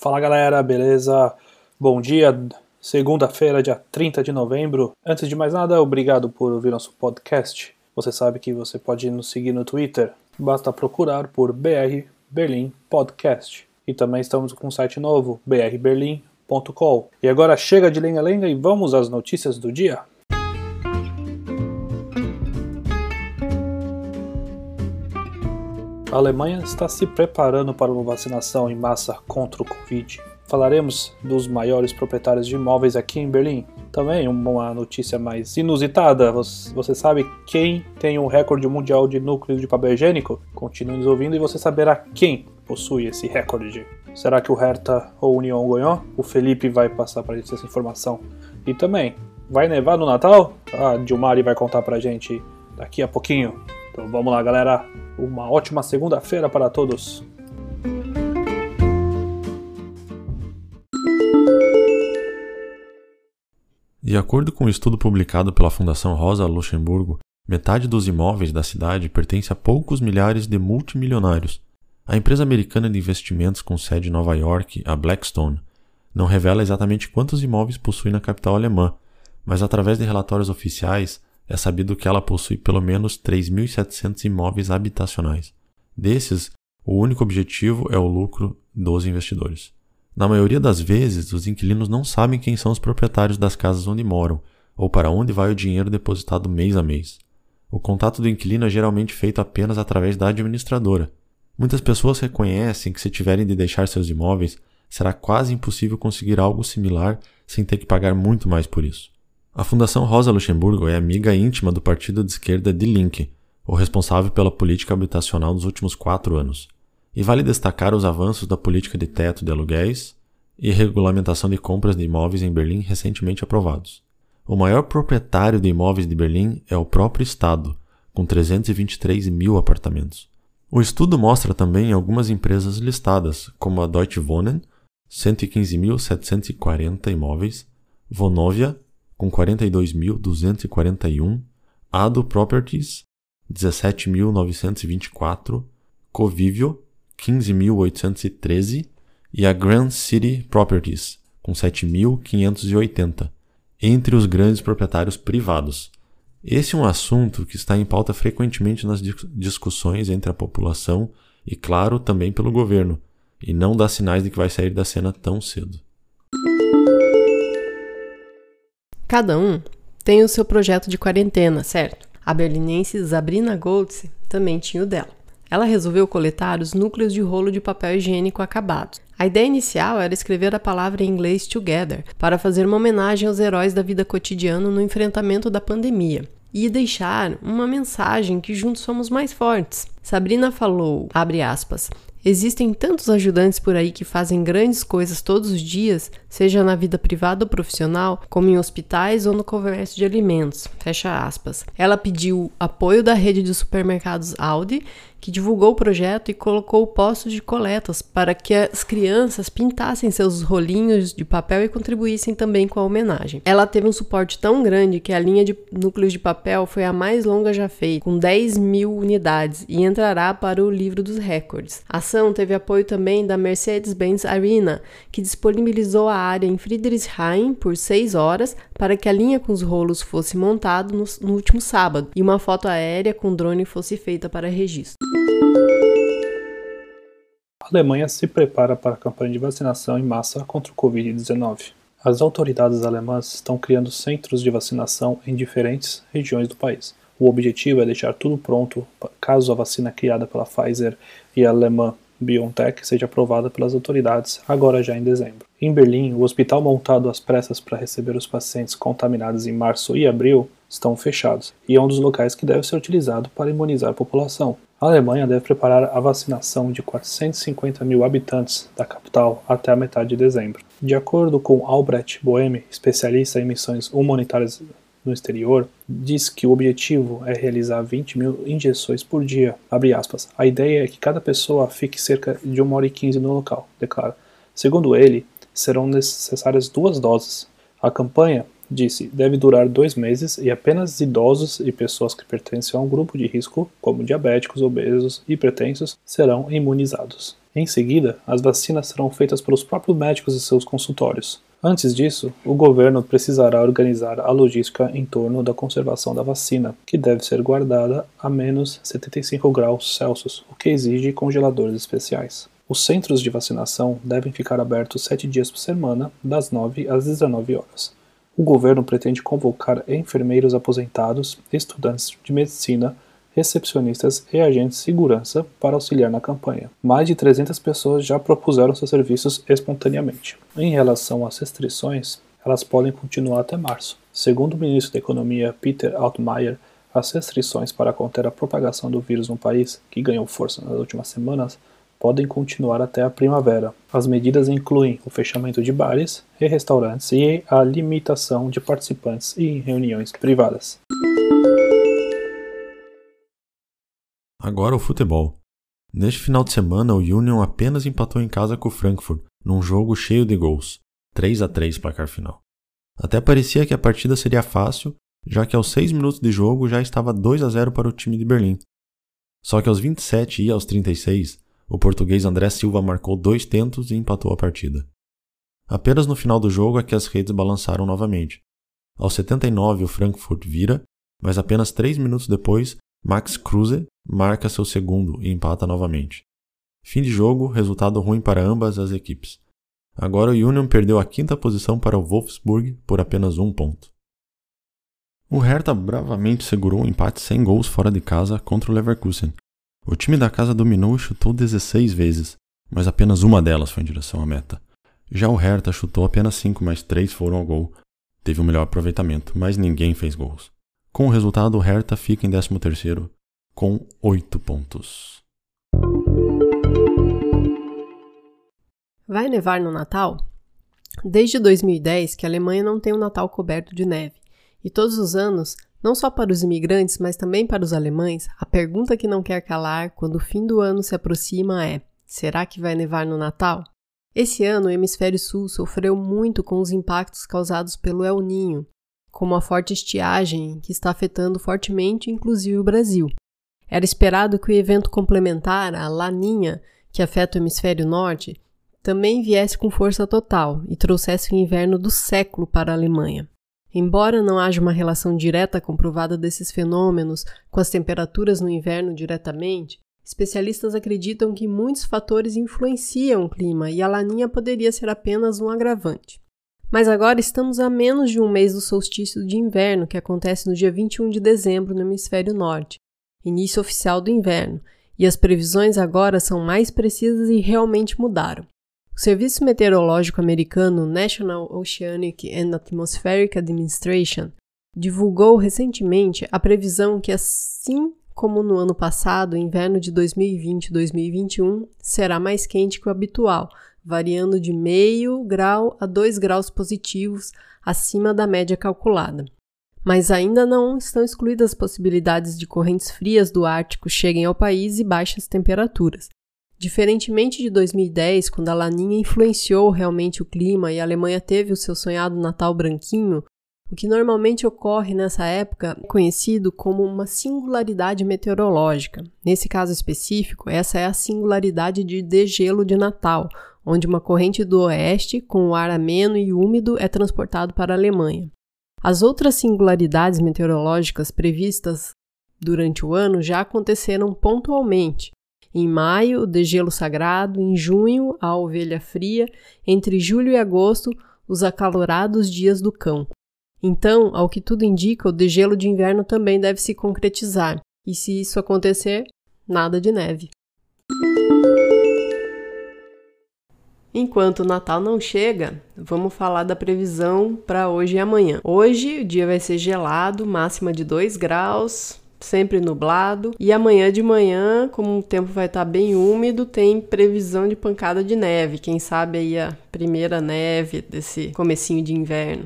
Fala galera, beleza? Bom dia, segunda-feira, dia 30 de novembro. Antes de mais nada, obrigado por ouvir nosso podcast. Você sabe que você pode nos seguir no Twitter, basta procurar por BR Berlim Podcast. E também estamos com um site novo, brberlim.com. E agora chega de lenga-lenga e vamos às notícias do dia. A Alemanha está se preparando para uma vacinação em massa contra o Covid. Falaremos dos maiores proprietários de imóveis aqui em Berlim. Também uma notícia mais inusitada. Você sabe quem tem o recorde mundial de núcleos de papel higiênico? Continue nos ouvindo e você saberá quem possui esse recorde. Será que o Hertha ou o Union ganhou? O Felipe vai passar para a gente essa informação. E também, vai nevar no Natal? A Dilmari vai contar pra gente daqui a pouquinho. Então vamos lá, galera. Uma ótima segunda-feira para todos. De acordo com um estudo publicado pela Fundação Rosa Luxemburgo, metade dos imóveis da cidade pertence a poucos milhares de multimilionários. A empresa americana de investimentos com sede em Nova York, a Blackstone, não revela exatamente quantos imóveis possui na capital alemã, mas através de relatórios oficiais, é sabido que ela possui pelo menos 3.700 imóveis habitacionais. Desses, o único objetivo é o lucro dos investidores. Na maioria das vezes, os inquilinos não sabem quem são os proprietários das casas onde moram, ou para onde vai o dinheiro depositado mês a mês. O contato do inquilino é geralmente feito apenas através da administradora. Muitas pessoas reconhecem que se tiverem de deixar seus imóveis, será quase impossível conseguir algo similar sem ter que pagar muito mais por isso. A Fundação Rosa Luxemburgo é amiga íntima do partido de esquerda Die Linke, o responsável pela política habitacional dos últimos 4 anos. E vale destacar os avanços da política de teto de aluguéis e regulamentação de compras de imóveis em Berlim recentemente aprovados. O maior proprietário de imóveis de Berlim é o próprio Estado, com 323 mil apartamentos. O estudo mostra também algumas empresas listadas, como a Deutsche Wohnen, 115.740 imóveis, Vonovia, com 42.241, Ado Properties, 17.924, Covivio, 15.813 e a Grand City Properties, com 7.580, entre os grandes proprietários privados. Esse é um assunto que está em pauta frequentemente nas discussões entre a população e, claro, também pelo governo, e não dá sinais de que vai sair da cena tão cedo. Cada um tem o seu projeto de quarentena, certo? A berlinense Sabrina Goltz também tinha o dela. Ela resolveu coletar os núcleos de rolo de papel higiênico acabados. A ideia inicial era escrever a palavra em inglês together, para fazer uma homenagem aos heróis da vida cotidiana no enfrentamento da pandemia, e deixar uma mensagem que juntos somos mais fortes. Sabrina falou, abre aspas, existem tantos ajudantes por aí que fazem grandes coisas todos os dias, seja na vida privada ou profissional, como em hospitais ou no comércio de alimentos. Fecha aspas. Ela pediu apoio da rede de supermercados Aldi, que divulgou o projeto e colocou postos de coletas para que as crianças pintassem seus rolinhos de papel e contribuíssem também com a homenagem. Ela teve um suporte tão grande que a linha de núcleos de papel foi a mais longa já feita, com 10.000 unidades, e entrará para o livro dos recordes. A ação teve apoio também da Mercedes-Benz Arena, que disponibilizou a área em Friedrichshain por 6 horas para que a linha com os rolos fosse montada no último sábado e uma foto aérea com drone fosse feita para registro. A Alemanha se prepara para a campanha de vacinação em massa contra o Covid-19. As autoridades alemãs estão criando centros de vacinação em diferentes regiões do país. O objetivo é deixar tudo pronto caso a vacina criada pela Pfizer e a alemã BioNTech seja aprovada pelas autoridades agora já em dezembro. Em Berlim, o hospital montado às pressas para receber os pacientes contaminados em março e abril estão fechados e é um dos locais que deve ser utilizado para imunizar a população. A Alemanha deve preparar a vacinação de 450 mil habitantes da capital até a metade de dezembro. De acordo com Albrecht Boehme, especialista em missões humanitárias no exterior, diz que o objetivo é realizar 20 mil injeções por dia. Abre aspas. A ideia é que cada pessoa fique cerca de 1h15 no local, declara. Segundo ele, serão necessárias 2 doses. A campanha, disse, deve durar 2 meses e apenas idosos e pessoas que pertencem a um grupo de risco, como diabéticos, obesos e hipertensos, serão imunizados. Em seguida, as vacinas serão feitas pelos próprios médicos e seus consultórios. Antes disso, o governo precisará organizar a logística em torno da conservação da vacina, que deve ser guardada a menos 75 graus Celsius, o que exige congeladores especiais. Os centros de vacinação devem ficar abertos 7 dias por semana, das 9 às 19 horas. O governo pretende convocar enfermeiros aposentados, estudantes de medicina, recepcionistas e agentes de segurança para auxiliar na campanha. Mais de 300 pessoas já propuseram seus serviços espontaneamente. Em relação às restrições, elas podem continuar até março. Segundo o ministro da Economia Peter Altmaier, as restrições para conter a propagação do vírus no país, que ganhou força nas últimas semanas, podem continuar até a primavera. As medidas incluem o fechamento de bares e restaurantes e a limitação de participantes em reuniões privadas. Agora o futebol. Neste final de semana, o Union apenas empatou em casa com o Frankfurt, num jogo cheio de gols, 3-3 placar final. Até parecia que a partida seria fácil, já que aos 6 minutos de jogo já estava 2-0 para o time de Berlim. Só que aos 27 e aos 36, o português André Silva marcou 2 tentos e empatou a partida. Apenas no final do jogo é que as redes balançaram novamente. Aos 79 o Frankfurt vira, mas apenas 3 minutos depois, Max Kruse marca seu segundo e empata novamente. Fim de jogo, resultado ruim para ambas as equipes. Agora o Union perdeu a 5ª posição para o Wolfsburg por apenas 1 ponto. O Hertha bravamente segurou o empate sem gols fora de casa contra o Leverkusen. O time da casa dominou e chutou 16 vezes, mas apenas uma delas foi em direção à meta. Já o Hertha chutou apenas 5, mas 3 foram ao gol. Teve o melhor aproveitamento, mas ninguém fez gols. Com o resultado, o Hertha fica em 13º, com 8 pontos. Vai nevar no Natal? Desde 2010 que a Alemanha não tem um Natal coberto de neve. E todos os anos, não só para os imigrantes, mas também para os alemães, a pergunta que não quer calar quando o fim do ano se aproxima é: será que vai nevar no Natal? Esse ano, o Hemisfério Sul sofreu muito com os impactos causados pelo El Niño, como a forte estiagem que está afetando fortemente inclusive o Brasil. Era esperado que o evento complementar, a Laninha, que afeta o Hemisfério Norte, também viesse com força total e trouxesse o inverno do século para a Alemanha. Embora não haja uma relação direta comprovada desses fenômenos com as temperaturas no inverno diretamente, especialistas acreditam que muitos fatores influenciam o clima e a Laninha poderia ser apenas um agravante. Mas agora estamos a menos de um mês do solstício de inverno, que acontece no dia 21 de dezembro no Hemisfério Norte, início oficial do inverno, e as previsões agora são mais precisas e realmente mudaram. O Serviço Meteorológico Americano National Oceanic and Atmospheric Administration divulgou recentemente a previsão que, assim como no ano passado, o inverno de 2020 e 2021 será mais quente que o habitual, variando de 0,5 grau a 2 graus positivos acima da média calculada. Mas ainda não estão excluídas as possibilidades de correntes frias do Ártico cheguem ao país e baixas temperaturas. Diferentemente de 2010, quando a Laninha influenciou realmente o clima e a Alemanha teve o seu sonhado Natal branquinho, o que normalmente ocorre nessa época é conhecido como uma singularidade meteorológica. Nesse caso específico, essa é a singularidade de degelo de Natal, onde uma corrente do oeste, com o ar ameno e úmido, é transportado para a Alemanha. As outras singularidades meteorológicas previstas durante o ano já aconteceram pontualmente. Em maio, o degelo sagrado, em junho, a ovelha fria, entre julho e agosto, os acalorados dias do cão. Então, ao que tudo indica, o degelo de inverno também deve se concretizar. E se isso acontecer, nada de neve. Enquanto o Natal não chega, vamos falar da previsão para hoje e amanhã. Hoje o dia vai ser gelado, máxima de 2 graus, sempre nublado. E amanhã de manhã, como o tempo vai estar bem úmido, tem previsão de pancada de neve. Quem sabe aí a primeira neve desse comecinho de inverno.